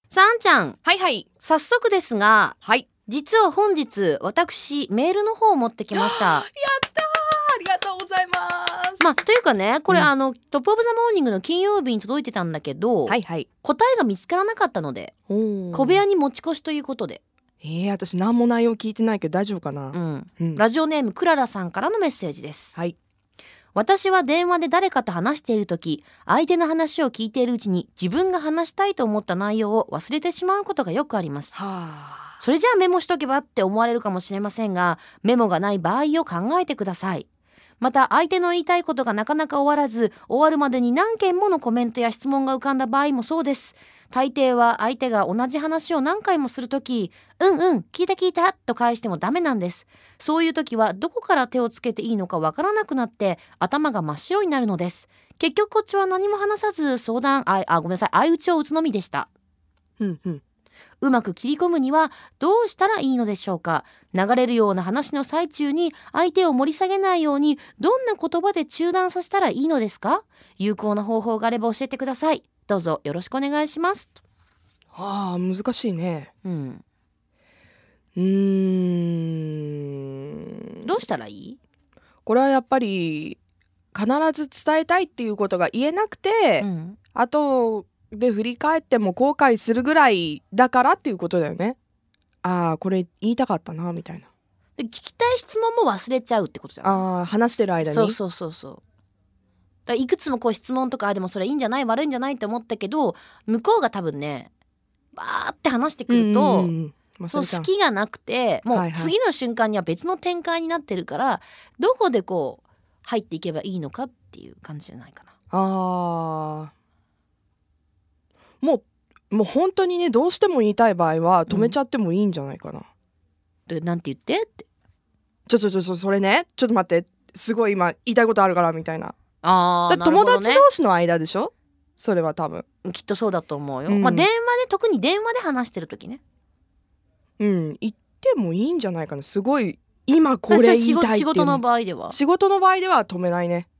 さんちゃん、 はいはい。 早速ですが、 はい。 実は本日私メールの方を持ってきました。 やったー、ありがとうございます。 というかね、これ、 うんトップオブザモーニングの金曜日に届いてたんだけど、 はいはい。 答えが見つからなかったので小部屋に持ち越しということで、 私何も内容聞いてないけど大丈夫かな。 ラジオネームクララさんからのメッセージです。 はい。 私は電話で誰かと話しているとき、相手の話を聞いているうちに自分が話したいと思った内容を忘れてしまうことがよくあります。それじゃあメモしとけばって思われるかもしれませんが、メモがない場合を考えてください。また相手の言いたいことがなかなか終わらず、終わるまでに何件ものコメントや質問が浮かんだ場合もそうです。大抵は相手が同じ話を何回もするとき、聞いたと返してもダメなんです。そういうときはどこから手をつけていいのかわからなくなって頭が真っ白になるのです。結局こっちは何も話さず相打ちを打つのみでした。うまく切り込むにはどうしたらいいのでしょうか。流れるような話の最中に相手を盛り下げないようにどんな言葉で中断させたらいいのですか。有効な方法があれば教えてください。どうぞよろしくお願いします。 難しいね。 どうしたらいい？ これはやっぱり必ず伝えたいっていうことが言えなくて、後で振り返っても後悔するぐらいだからっていうことだよね。これ言いたかったなみたいな。 で聞きたい質問も忘れちゃうってことじゃん。 話してる間に。 そうだいくつもこう質問とかでもそれいいんじゃない悪いんじゃないって思ったけど、向こうが多分ねバーって話してくると、そう好きがなくてもう次の瞬間には別の展開になってるから、どこでこう入っていけばいいのかっていう感じじゃないかな。 もう本当にね、どうしても言いたい場合は止めちゃってもいいんじゃないかな。 でなんて言ってってそれね、ちょっと待って、すごい今言いたいことあるからみたいな。 だ友達同士の間でしょ、それは多分きっとそうだと思うよ。特に電話で話してる時ね。言ってもいいんじゃないかな。すごい今これ言いたいっていう。 仕事の場合では止めないね。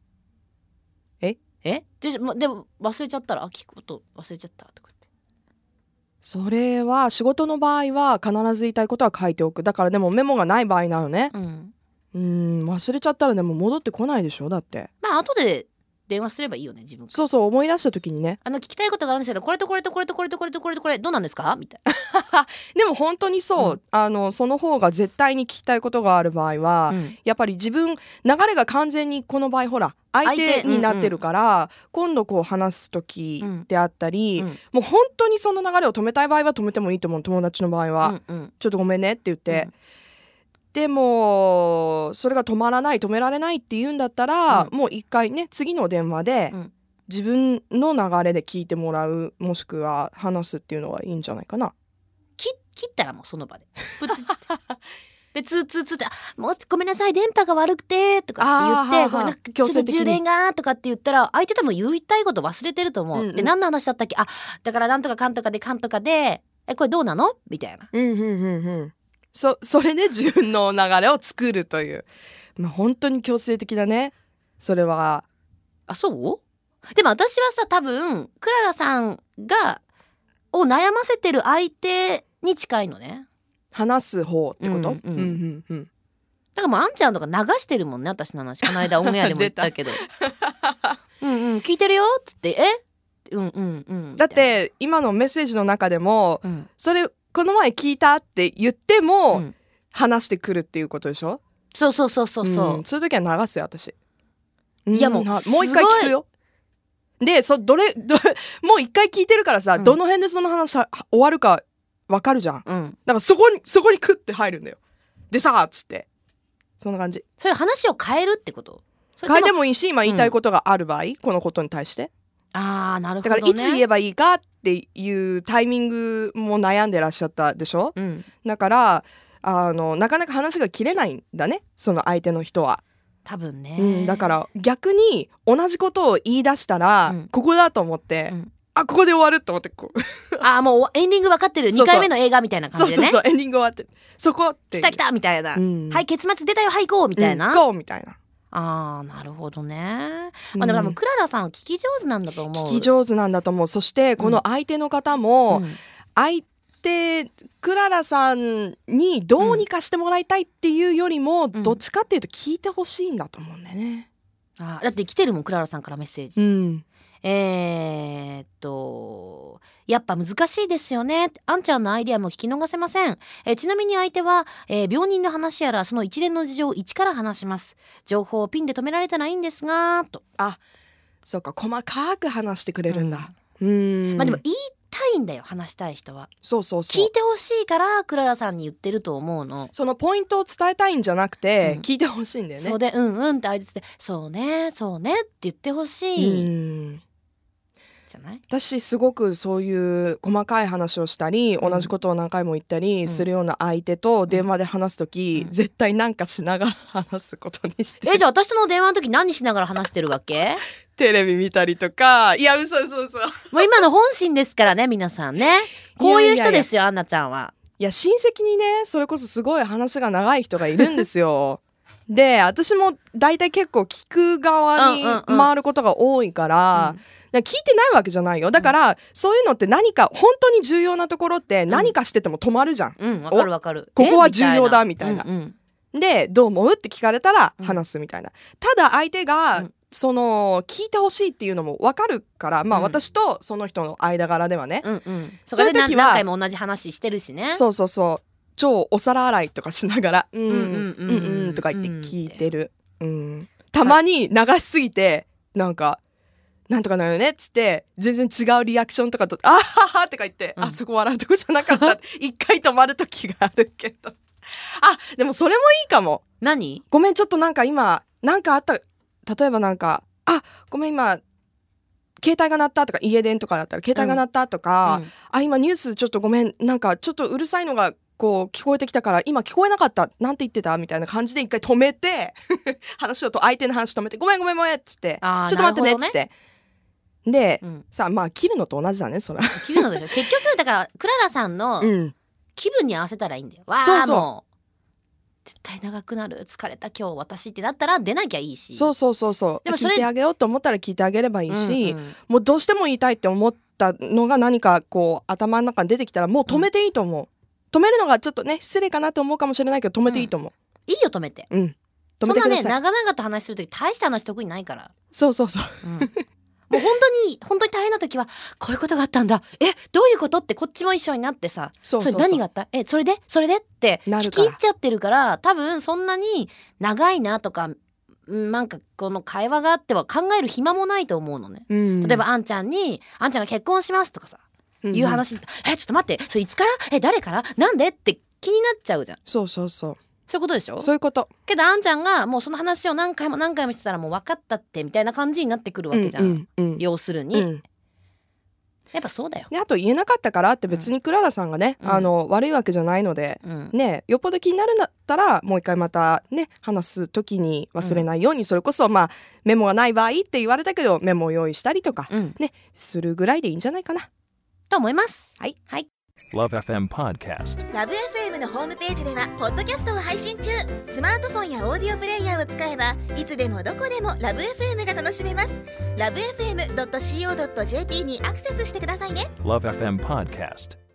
でも忘れちゃったら聞くこと忘れちゃったとかって。 それは仕事の場合は必ず言いたいことは書いておく。だからでもメモがない場合なのね。忘れちゃったらでも戻ってこないでしょ。だって後で電話すればいいよね、自分。 そう思い出した時にね、 聞きたいことがあるんですけど、これとこれとこれとこれとこれとこれとこれどうなんですかみたいなでも本当にそう、その方が絶対に聞きたいことがある場合は、やっぱり流れが完全にこの場合ほら相手になってるから、今度こう話す時であったり、もう本当にその流れを止めたい場合は止めてもいいと思う。友達の場合は、ちょっとごめんねって言って、でもそれが止められないって言うんだったら、もう一回ね、次の電話で自分の流れで聞いてもらう、もしくは話すっていうのがいいんじゃないかな。 切ったらもうその場でプツってでツーってもうごめんなさい電波が悪くてとかって言って、ごめんなちょっと充電がとかって言ったら、相手多分言いたいこと忘れてると思う。で何の話だったっけ、だからなんとかかんとかでこれどうなのみたいな。 それで自分の流れを作るという、本当に強制的だね、それは。 そうでも私はさ、多分クララさんを悩ませてる相手に近いのね。話す方ってこと？ だからもうあんちゃんとか流してるもんね、私の話。この間オンエアでも言ったけど聞いてるよっつってだって今のメッセージの中でも、それこの前聞いたって言っても、話してくるっていうことでしょ。そういう時は流すよ私。 いやもう一回聞くよ。でもう一回聞いてるからさ、どの辺でその話終わるか分かるじゃん。だからそこにクッて入るんだよ。でさっつってそんな感じ。 それ話を変えるってこと？ 変えてもいいし、今言いたいことがある場合、このことに対して。 なるほどね。 だからいつ言えばいいかっていうタイミングも悩んでらっしゃったでしょ。だからなかなか話が切れないんだね、その相手の人は。 多分ね。 だから逆に同じことを言い出したら、ここだと思って、ここで終わると思ってもうエンディング分かってる。2回目の映画みたいな感じでね。 エンディング終わってる。そこって来たみたいな。はい、結末出たよ、はい行こうみたいな。 行こうみたいな。 あーなるほどね。でも多分クララさんは聞き上手なんだと思う。 聞き上手なんだと思う。そしてこの相手の方も、クララさんにどうにかしてもらいたいっていうよりも、どっちかっていうと聞いてほしいんだと思うんだよね。 だって来てるもん、クララさんからメッセージ。やっぱ難しいですよね。あんちゃんのアイデアも聞き逃せません。ちなみに相手は、病人の話やらその一連の事情を一から話します。情報をピンで止められたらいいんですがと。 そうか、細かく話してくれるんだ。 でも言いたいんだよ、話したい人は。 そう聞いてほしいからクララさんに言ってると思うの。 そのポイントを伝えたいんじゃなくて、聞いてほしいんだよね。 そうでって相手でそうねって言ってほしい。じゃない？ 私すごくそういう細かい話をしたり、同じことを何回も言ったりするような相手と電話で話すとき、絶対なんかしながら話すことにしてる。 じゃあ私との電話の時何しながら話してるわけ？ テレビ見たりとか。いや嘘もう今の本心ですからね、皆さんね。こういう人ですよ、アンナちゃんは。 いや、親戚にね、それこそすごい話が長い人がいるんですよ。で、私も大体結構聞く側に回ることが多いから、聞いてないわけじゃないよ。だから、そういうのって何か本当に重要なところって何かしてても止まるじゃん。 わかる。 ここは重要だみたいな。で、どう思うって聞かれたら話すみたいな。ただ相手が、その聞いてほしいっていうのも分かるから、私とその人の間柄ではね、 そういう時は何回も同じ話してるしね。 そう超お皿洗いとかしながらとか言って聞いてる。たまに流しすぎてなんとかなるよねっつって全然違うリアクションとかとあははとか言って、そこ笑うとこじゃなかった一回止まる時があるけどでもそれもいいかも。 何？ ごめん、ちょっと今なんかあった。例えばごめん今携帯が鳴ったとか、家電とかだったら携帯が鳴ったとか、今ニュースちょっとごめん、ちょっとうるさいのがこう聞こえてきたから今聞こえなかった、なんて言ってたみたいな感じで一回止めて話を相手の話止めてごめんっつってちょっと待ってねっつって、で、切るのと同じだね、それ切るのでしょ結局。だからクララさんの気分に合わせたらいいんだよ。もう絶対長くなる、疲れた今日私ってなったら出なきゃいいし。 そうでも聞いてあげようと思ったら聞いてあげればいいし、もうどうしても言いたいって思ったのが何かこう頭の中に出てきたらもう止めていいと思う。止めるのがちょっとね失礼かなと思うかもしれないけど止めていいと思う。 いいよ、止めて。 止めてください。 そんなね長々と話するとき大した話得意ないから。 そう、 もう本当に大変な時はこういうことがあったんだ、どういうことってこっちも一緒になってさ、それ何があった、それでって聞き入っちゃってるから、多分そんなに長いなとかなんかこの会話があっては考える暇もないと思うのね。例えばあんちゃんが結婚しますとかさ、いう話、ちょっと待って、それいつから誰からなんでって気になっちゃうじゃん。そういうことでしょ。 そういうこと。 けどあんちゃんがもうその話を何回もしてたらもう分かったってみたいな感じになってくるわけじゃん。要するに、やっぱそうだよ。 で、あと言えなかったからって別にクララさんがね、悪いわけじゃないので、ね、よっぽど気になるんだったらもう一回またね話す時に忘れないように、それこそメモがない場合って言われたけどメモを用意したりとか、ねするぐらいでいいんじゃないかなと思います。 はい。 LoveFM Podcast。 LoveFM のホームページではポッドキャストを配信中。スマートフォンやオーディオプレイヤーを使えばいつでもどこでも LoveFM が楽しめます。LoveFM.co.jp にアクセスしてくださいね。 LoveFM Podcast。